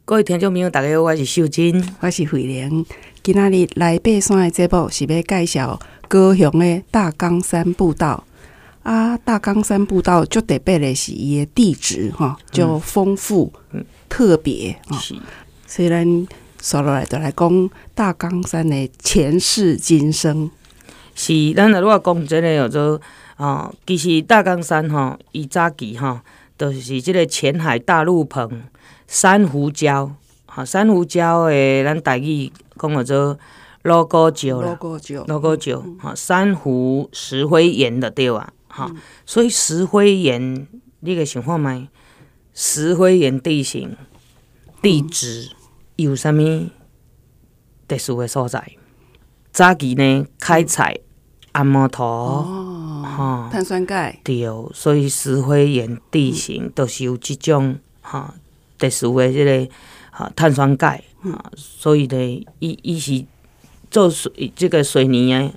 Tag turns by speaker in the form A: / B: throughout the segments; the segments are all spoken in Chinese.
A: 各位听众朋友，大家好，我是秀珍，
B: 我是慧玲。今仔日来爬山的节目是要介绍高雄的大冈山步道。大冈山步道最特别的是伊的地质就丰富、特别所以咱说落来就来讲大冈山的前世今生。
A: 是，咱如果讲这个叫做其实大冈山伊早期就是这个前海大陆棚。珊瑚礁，珊瑚礁的咱台语讲叫做罗沟礁啦，罗沟礁，珊瑚石灰岩的对啊，所以石灰岩，你个想看觅，石灰岩地形、地质有啥物特殊的所在？早期呢，开采按摩头，
B: 碳酸钙，
A: 对，所以石灰岩地形都是有这种特殊的这个碳酸钙，所以呢，伊是做这个水泥的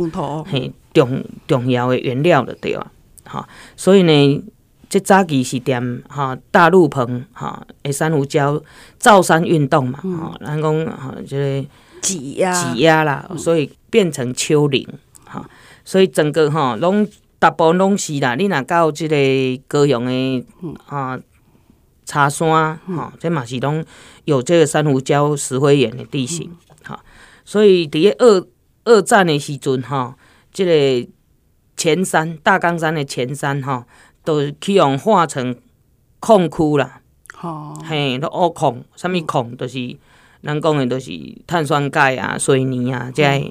A: 重要的原料的对啊，所以呢，这早期是踮大陆棚的珊瑚礁造山运动嘛，咱讲这个
B: 挤
A: 压啦，所以变成丘陵，所以整个拢大部分拢是啦，你若到这个高雄的茶山这嘛是拢有这个珊瑚礁石灰岩的地形，所以伫个二战的时阵这个前山大冈山的前山都去用化成矿区啦，嘿，都挖矿，什么矿都是咱讲的都是碳酸钙啊、水泥啊，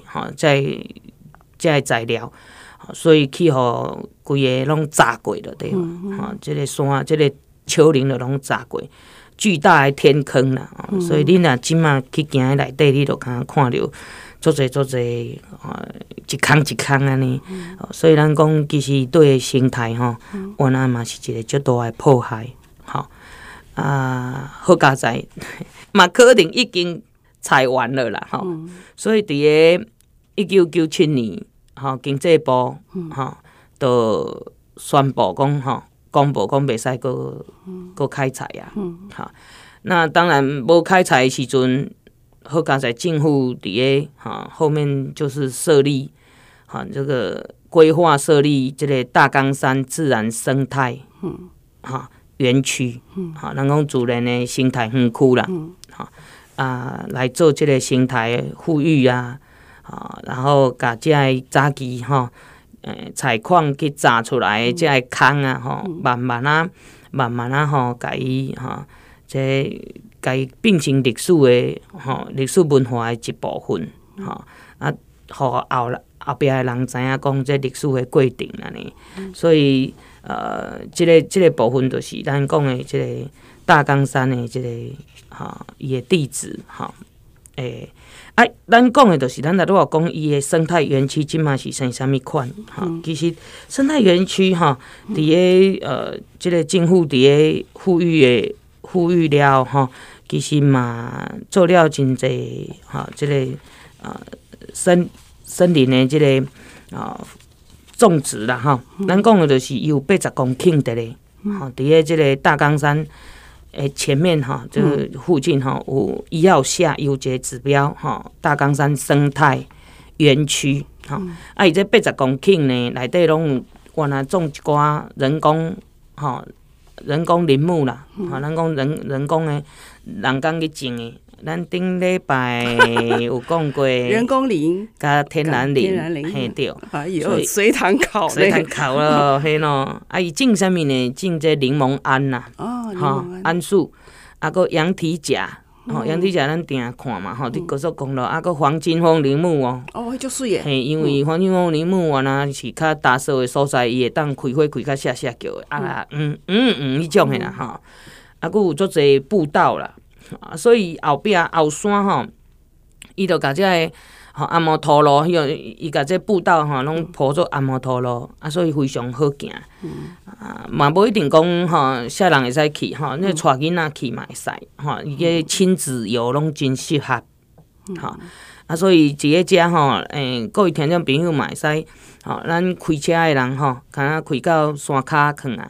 A: 这材料，所以去互规个拢炸过了对吧？这个山这个。丘陵就拢炸过，巨大的天坑啦，所以你若即马去行喺内底，你就看到足侪一空一空安尼，所以咱讲其实对生态原来嘛是一个足大的破坏，好佳哉，嘛可能已经采完了啦，所以伫个1997年，经济部就宣布讲公布讲袂使搁开采啊，那当然无开采的时阵，好佳哉政府伫个后面就是设立这个规划设立这个大冈山自然生态园区，咱讲自然的生态园区啦，来做这个生态富裕啊，然后甲这个早期采矿去炸出来的这个空啊，慢慢啊，甲伊甲伊变成历史的历史文化的一部分，互后壁的人知影讲这历史的过程安尼，所以这个部分就是咱讲的这个大冈山的这个伊的地质咱讲的就是咱如果讲伊的生态园区，即马是生啥物款？其实生态园区伫个即个政府伫个富裕了其实嘛做了真侪即个森林的即个种植啦咱讲的就是有80公顷的咧，伫个即个大冈山。前面这个附近有1号下有一个指标大冈山生态园区伊这80公顷呢，内底拢原来种一寡人工林木啦，咱讲人工的人工去种的，咱顶礼拜有讲过
B: 人工林
A: 加天然林，嘿对，
B: 有随堂考
A: 咯，嘿咯，伊种啥物呢？种这柠檬桉啦，桉树，个羊蹄甲，羊蹄甲咱定看嘛，伫高速公路，个黄金风铃木
B: 迄足水诶，
A: 嘿，因为黄金风铃木原来是较打扫的所在，伊会当开花开较谢叫的，迄种的啦，佫有足侪步道啦。所以后山伊就甲这个按摩土路，伊甲这步道拢铺做按摩土路，所以非常好行。嘛无一定讲少人会使去你带囡仔去嘛会使伊个亲子游拢真适合所以一个遮各位听众朋友嘛会使咱开车的人敢若开到山骹墾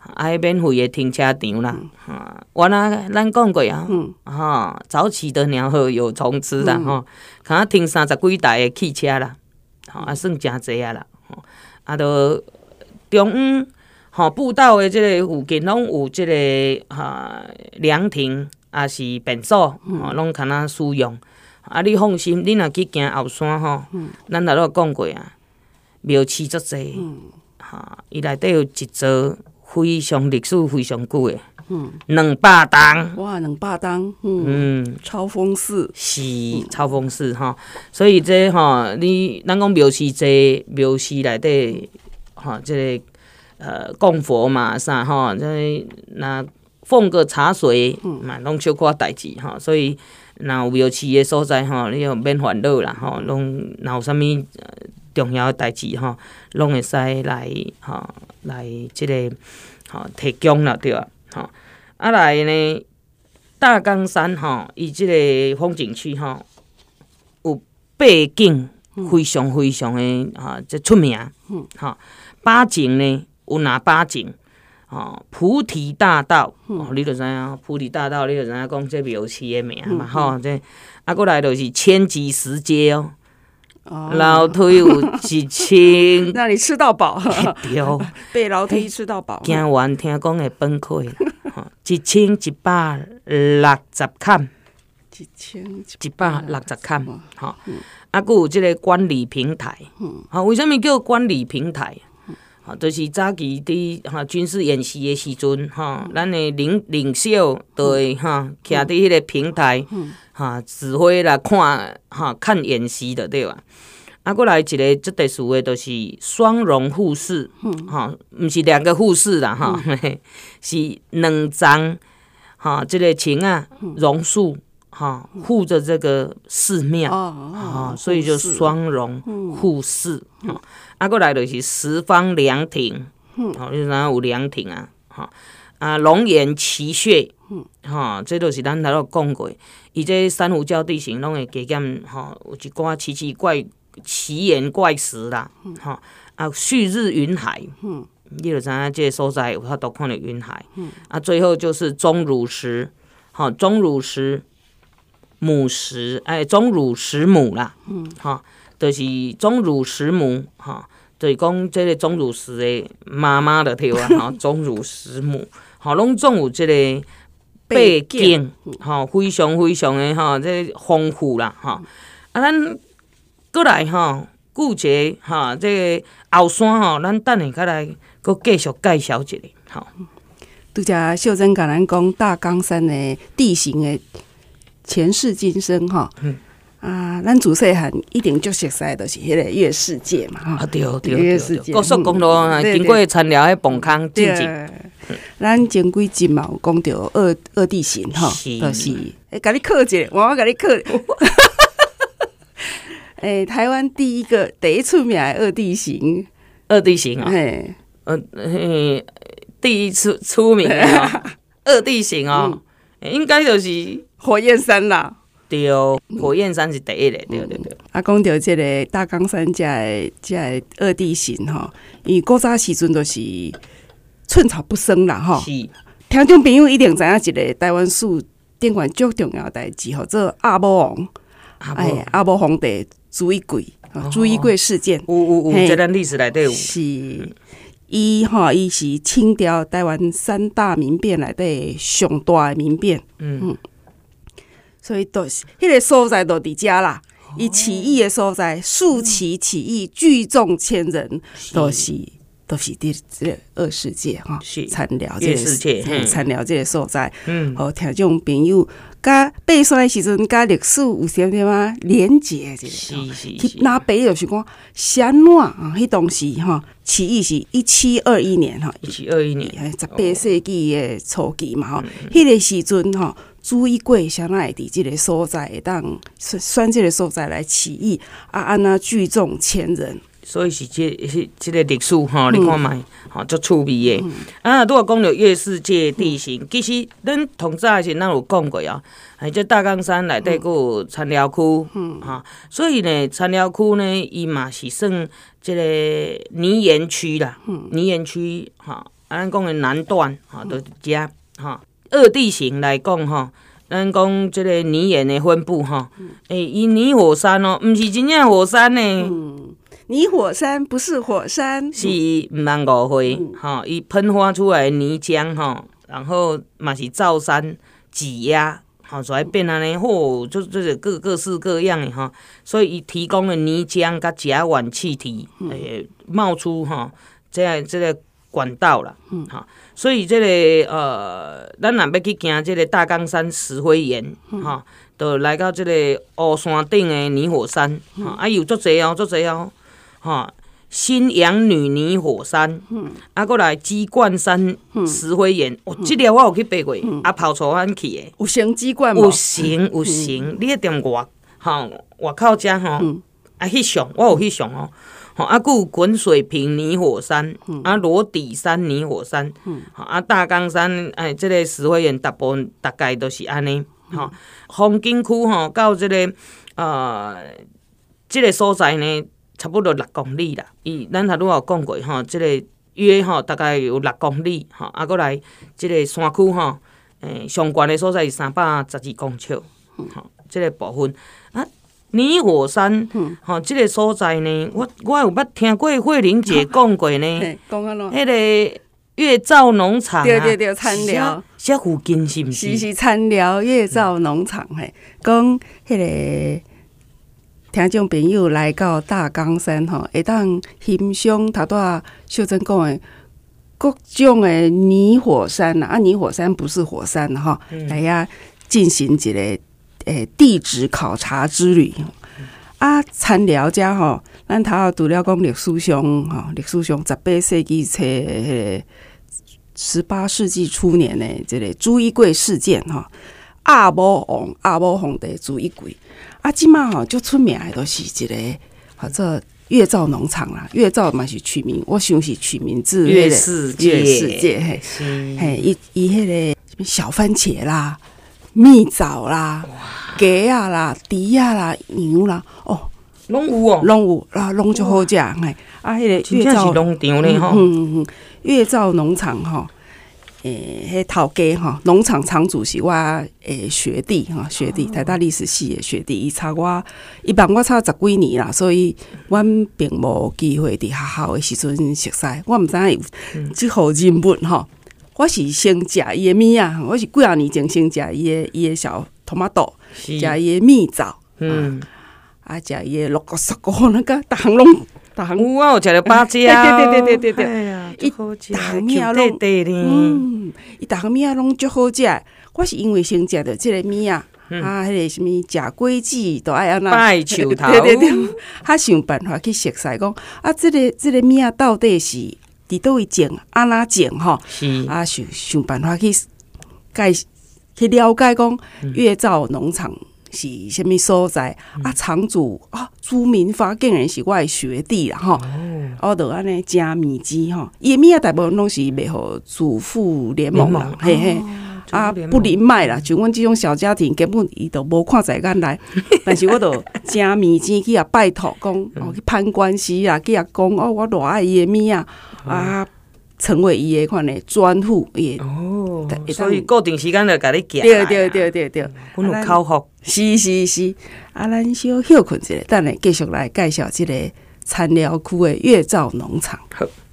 A: 还免费的停车场啦，原来咱讲过啊，早起的鸟儿有虫吃啦，看啊停30几台的汽车啦，啊算真济啊啦，啊都中央步道的即个附近拢有即个凉亭，也是便所，拢敢若使用。啊，你放心，你若去行后山咱头拄讲过啊，庙市足济，伊内底有一座非常历史非常久的，200栋。
B: 哇，200栋，超峰寺
A: 是超峰寺所以这咱讲庙市济，庙市内底这个供佛嘛啥这若奉个茶水嘛，拢小可代志所以若有庙市的所在你就免烦恼啦拢若有啥物重要的代志拢会使来来即个提供啦，对啊啊来呢，大冈山伊即个风景区有8景非常非常的即出名8景呢有哪8景？菩提大道，你就知影菩提大道，你就知影讲这庙市的名嘛这过来就是千吉石阶楼梯有1000，
B: 让你吃到饱，
A: 对，
B: 被楼梯吃到饱。
A: 行完听讲会崩溃啦，1160坎，1160坎，还有这个观礼平台，为什么叫观礼平台？就是早期伫军事演习的时阵，咱的领袖就会徛伫迄个平台，指挥来看演习的对吧？过来一个最特殊的，就是双荣护士，毋是2个护士啦，是2张，这个青榕树，护着这个寺庙，所以就双荣护士。过来就是十方凉亭，你知影有凉亭龙岩奇穴，这都是咱头讲过。伊这珊瑚礁地形拢会加减，有一寡奇岩怪石啦，旭日云海，你就知影这个所在有法度看到云海。最后就是钟乳石，钟乳石母石，钟乳石母啦，就是钟乳石母，就是讲这个钟乳石的妈妈的对啊，钟乳石母，拢总有这个背景，非常非常的这丰富啦，咱过来顾一下这个后山咱等下再来搁继续介绍一下，
B: 拄则秀珍甲咱讲大冈山的地形的前世今生咱自细汉一定足熟悉，就是迄个月世界嘛，
A: 对，高速公路经过参寮迄崩坑进前，
B: 咱前几集嘛有讲到二地形就是甲你考一下，我甲你考。台湾第一出名的二地形第一出名的二地形应该就是火焰山啦。
A: 对，火焰山是第一个，对。
B: 讲到这个大冈山这个二地形因为古早时阵就是寸草不生啦
A: 是。
B: 听众朋友一定知影一个台湾史顶悬最重要的代志，叫做阿母王，阿母皇帝朱一贵，朱一贵事件。
A: 有，这咱历史内底有。
B: 是，伊是清朝台湾3大民变内底上大的民变。所以就是迄个所在就伫遮啦，伊起义的所在，树旗起义聚众千人，都是伫这个二世界参聊这个参聊这个所在。听众朋友甲爬山的时阵，甲历史有啥物啊连结这个？去哪爬就是讲是安怎迄当时起义是1721年
A: 1721年
B: 18世纪的初期嘛迄个时阵朱一贵谁会伫即个所在会当选即个所在来起义安那聚众千人，
A: 所以是这个历史你看卖足趣味的拄讲到月世界地形，其实咱同早的时咱有讲过这大冈山内底佫有参寮区所以呢参寮区呢伊嘛是算这个泥岩区啦，泥岩区咱讲的南段就遮二地形来讲咱讲即个泥岩的分布伊泥火山毋是真正火山呢。
B: 泥火山不是火山，
A: 是毋通误会伊喷发出来的泥浆然后嘛是造山挤压才变安尼就是各式各样的所以伊提供的泥浆甲甲烷气体冒出这个管道啦所以这个咱若要去行这个大冈山石灰岩就来到这个乌山顶的泥火山有足侪新阳女泥火山过来鸡冠山石灰岩这条我有去爬过跑出咱去的
B: 有成鸡冠
A: 有成你迄点外口遮翕相我有翕相还有滚水坪泥火山罗底山泥火山大冈山这个石灰岩大概都是安尼风景区到这个这个所在呢差不多6公里啦，咱头拄有讲过这个约大概有6公里过来这个山区上悬的所在是312公尺这个部分泥火山这个所在呢，我有捌听过慧玲姐讲过呢，
B: 讲安怎？
A: 迄个月照农场
B: 对，参寮，
A: 这附近是毋是？
B: 是参寮月照农场讲迄个。听众朋友来到大冈山会当欣赏头拄秀珍讲的各种的泥火山泥火山不是火山来遐进行一个地质考察之旅参寮遮咱头拄了讲历史上18世纪18世纪初年的这个朱一贵事件阿母皇帝朱一贵即马足出名的都是一个做月照农场啦，月照嘛是取名，我想是取名自
A: 月世界
B: 伊迄个什么小番茄啦、蜜枣啦、鸡啊啦、猪啊啦、羊啦，
A: 拢有
B: 拢足好食迄个月照
A: 农场呢
B: 月照农场迄头家农场场主是我学弟台大历史系的学弟，伊帮我差10几年啦，所以阮并无机会伫学校的时阵熟悉，我毋知影有即号人物我是先食伊的米我是几啊年前先食伊的小토마토，食伊的蜜枣，食伊的绿果蔬果，那个逐项拢。
A: 我有食到芭蕉，
B: 对，伊逐项米啊拢，伊逐项米啊拢足好食。我是因为先食到即个米迄个什么食果子都爱安那
A: 拜树头，
B: 对，想办法去熟悉讲即个米到底是伫倒位种，安那种想办法去了解讲月照农场。是什么所在场主朱明发竟然是我的学弟啦我就安尼真面子伊的米大部分拢是卖互主妇联盟啦，不灵卖啦，像阮这种小家庭根本伊都无看在眼内，但是我就真面子去拜托讲去攀关系啦，去讲我偌爱伊的米成为伊的款的专户
A: 所以固定时间就甲你寄。
B: 对，
A: 阮有口福。
B: 是，咱小休困一下，等下继续来介绍这个参寮区的月照农场。
A: 好。